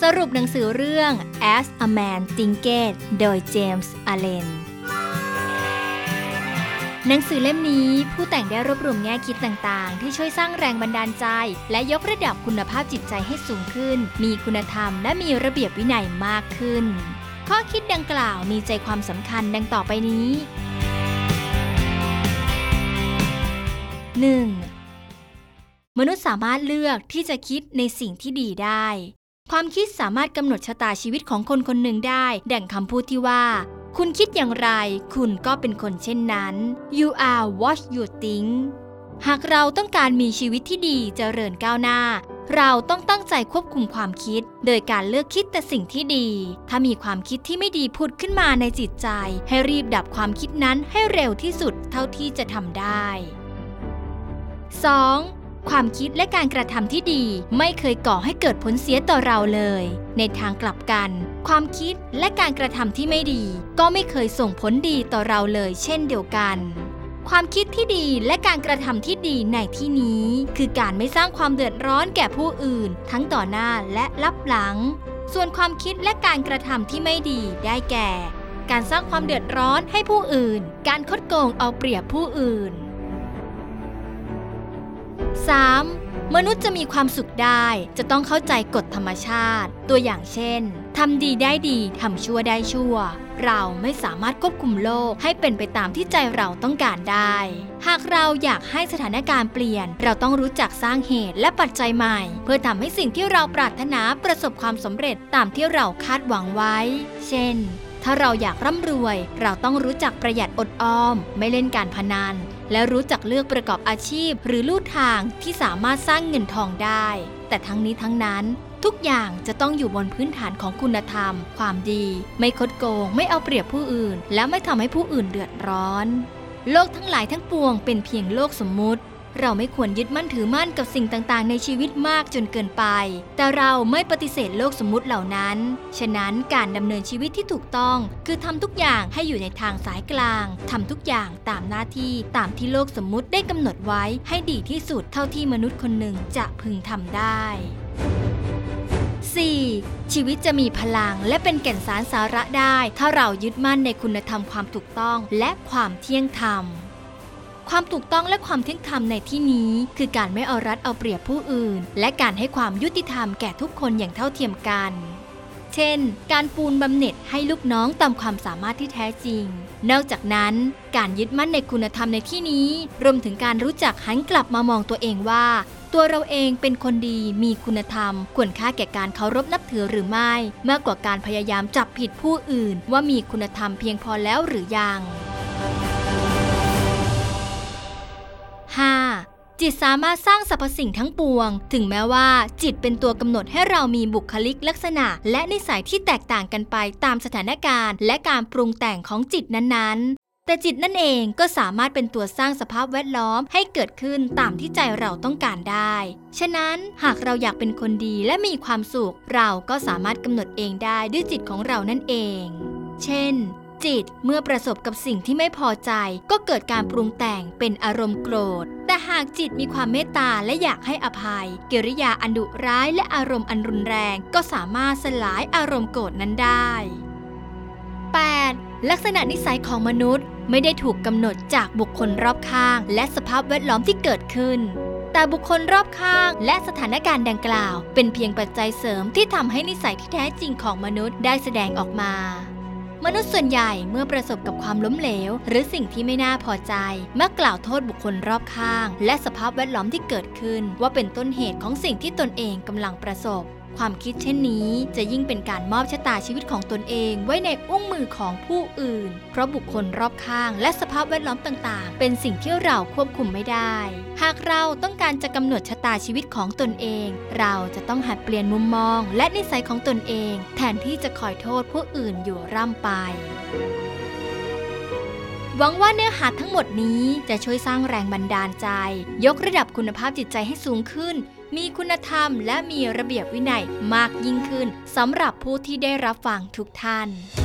รุปหนังสือเรื่อง As a Man Thinketh โดยเจมส์ อเลนหนังสือเล่มนี้ผู้แต่งได้รวบรวมแง่คิดต่างๆที่ช่วยสร้างแรงบันดาลใจและยกระดับคุณภาพจิตใจให้สูงขึ้นมีคุณธรรมและมีระเบียบวินัยมากขึ้นข้อคิดดังกล่าวมีใจความสำคัญดังต่อไปนี้ 1. มนุษย์สามารถเลือกที่จะคิดในสิ่งที่ดีได้ความคิดสามารถกำหนดชะตาชีวิตของคนคนหนึ่งได้ดังคำพูดที่ว่าคุณคิดอย่างไรคุณก็เป็นคนเช่นนั้น You are what you think หากเราต้องการมีชีวิตที่ดีเจริญก้าวหน้าเราต้องตั้งใจควบคุมความคิดโดยการเลือกคิดแต่สิ่งที่ดีถ้ามีความคิดที่ไม่ดีผุดขึ้นมาในจิตใจให้รีบดับความคิดนั้นให้เร็วที่สุดเท่าที่จะทำได้ 2. ความคิดและการกระทำที่ดีไม่เคยก่อให้เกิดผลเสียต่อเราเลยในทางกลับกันความคิดและการกระทำที่ไม่ดีก็ไม่เคยส่งผลดีต่อเราเลยเช่นเดียวกันความคิดที่ดีและการกระทำที่ดีในที่นี้คือการไม่สร้างความเดือดร้อนแก่ผู้อื่นทั้งต่อหน้าและลับหลังส่วนความคิดและการกระทำที่ไม่ดีได้แก่การสร้างความเดือดร้อนให้ผู้อื่นการคดโกงเอาเปรียบผู้อื่น 3. มนุษย์จะมีความสุขได้จะต้องเข้าใจกฎธรรมชาติตัวอย่างเช่นทำดีได้ดีทำชั่วได้ชั่วเราไม่สามารถควบคุมโลกให้เป็นไปตามที่ใจเราต้องการได้หากเราอยากให้สถานการณ์เปลี่ยนเราต้องรู้จักสร้างเหตุและปัจจัยใหม่เพื่อทำให้สิ่งที่เราปรารถนาประสบความสำเร็จตามที่เราคาดหวังไว้เช่นถ้าเราอยากร่ำรวยเราต้องรู้จักประหยัดอดออมไม่เล่นการพนันและรู้จักเลือกประกอบอาชีพหรือลู่ทางที่สามารถสร้างเงินทองได้แต่ทั้งนี้ทั้งนั้นทุกอย่างจะต้องอยู่บนพื้นฐานของคุณธรรมความดีไม่คดโกงไม่เอาเปรียบผู้อื่นและไม่ทำให้ผู้อื่นเดือดร้อนโลกทั้งหลายทั้งปวงเป็นเพียงโลกสมมุติเราไม่ควรยึดมั่นถือมั่นกับสิ่งต่างๆในชีวิตมากจนเกินไปแต่เราไม่ปฏิเสธโลกสมมุติเหล่านั้นฉะนั้นการดำเนินชีวิตที่ถูกต้องคือทำทุกอย่างให้อยู่ในทางสายกลางทำทุกอย่างตามหน้าที่ตามที่โลกสมมุติได้กำหนดไว้ให้ดีที่สุดเท่าที่มนุษย์คนหนึ่งจะพึงทำได้ 4. ชีวิตจะมีพลังและเป็นแก่นสารสาระได้ถ้าเรายึดมั่นในคุณธรรมความถูกต้องและความเที่ยงธรรมความถูกต้องและความเที่ยงธรรมในที่นี้คือการไม่เอารัดเอาเปรียบผู้อื่นและการให้ความยุติธรรมแก่ทุกคนอย่างเท่าเทียมกันเช่นการปูนบำเหน็จให้ลูกน้องตามความสามารถที่แท้จริงนอกจากนั้นการยึดมั่นในคุณธรรมในที่นี้รวมถึงการรู้จักหันกลับมามองตัวเองว่าตัวเราเองเป็นคนดีมีคุณธรรมควรค่าแก่การเคารพนับถือหรือไม่มากกว่าการพยายามจับผิดผู้อื่นว่ามีคุณธรรมเพียงพอแล้วหรือยัง 5. จิตสามารถสร้างสรรพสิ่งทั้งปวงถึงแม้ว่าจิตเป็นตัวกำหนดให้เรามีบุคลิกลักษณะและนิสัยที่แตกต่างกันไปตามสถานการณ์และการปรุงแต่งของจิตนั้นๆแต่จิตนั่นเองก็สามารถเป็นตัวสร้างสภาพแวดล้อมให้เกิดขึ้นตามที่ใจเราต้องการได้ฉะนั้นหากเราอยากเป็นคนดีและมีความสุขเราก็สามารถกำหนดเองได้ด้วยจิตของเรานั่นเองเช่นจิตเมื่อประสบกับสิ่งที่ไม่พอใจก็เกิดการปรุงแต่งเป็นอารมณ์โกรธแต่หากจิตมีความเมตตาและอยากให้อภัยกิริยาอันดุร้ายและอารมณ์อันรุนแรงก็สามารถสลายอารมณ์โกรธนั้นได้ 8. ลักษณะนิสัยของมนุษย์ไม่ได้ถูกกำหนดจากบุคคลรอบข้างและสภาพแวดล้อมที่เกิดขึ้นแต่บุคคลรอบข้างและสถานการณ์ดังกล่าวเป็นเพียงปัจจัยเสริมที่ทำให้นิสัยที่แท้จริงของมนุษย์ได้แสดงออกมามนุษย์ส่วนใหญ่เมื่อประสบกับความล้มเหลวหรือสิ่งที่ไม่น่าพอใจมักกล่าวโทษบุคคลรอบข้างและสภาพแวดล้อมที่เกิดขึ้นว่าเป็นต้นเหตุของสิ่งที่ตนเองกำลังประสบความคิดเช่นนี้จะยิ่งเป็นการมอบชะตาชีวิตของตนเองไว้ในอุ้งมือของผู้อื่นเพราะบุคคลรอบข้างและสภาพแวดล้อมต่างๆเป็นสิ่งที่เราควบคุมไม่ได้หากเราต้องการจะกำหนดชะตาชีวิตของตนเองเราจะต้องหัดเปลี่ยนมุมมองและนิสัยของตนเองแทนที่จะคอยโทษผู้อื่นอยู่ร่ำไปหวังว่าเนื้อหาทั้งหมดนี้จะช่วยสร้างแรงบันดาลใจยกระดับคุณภาพจิตใจให้สูงขึ้นมีคุณธรรมและมีระเบียบวินัยมากยิ่งขึ้นสำหรับผู้ที่ได้รับฟังทุกท่าน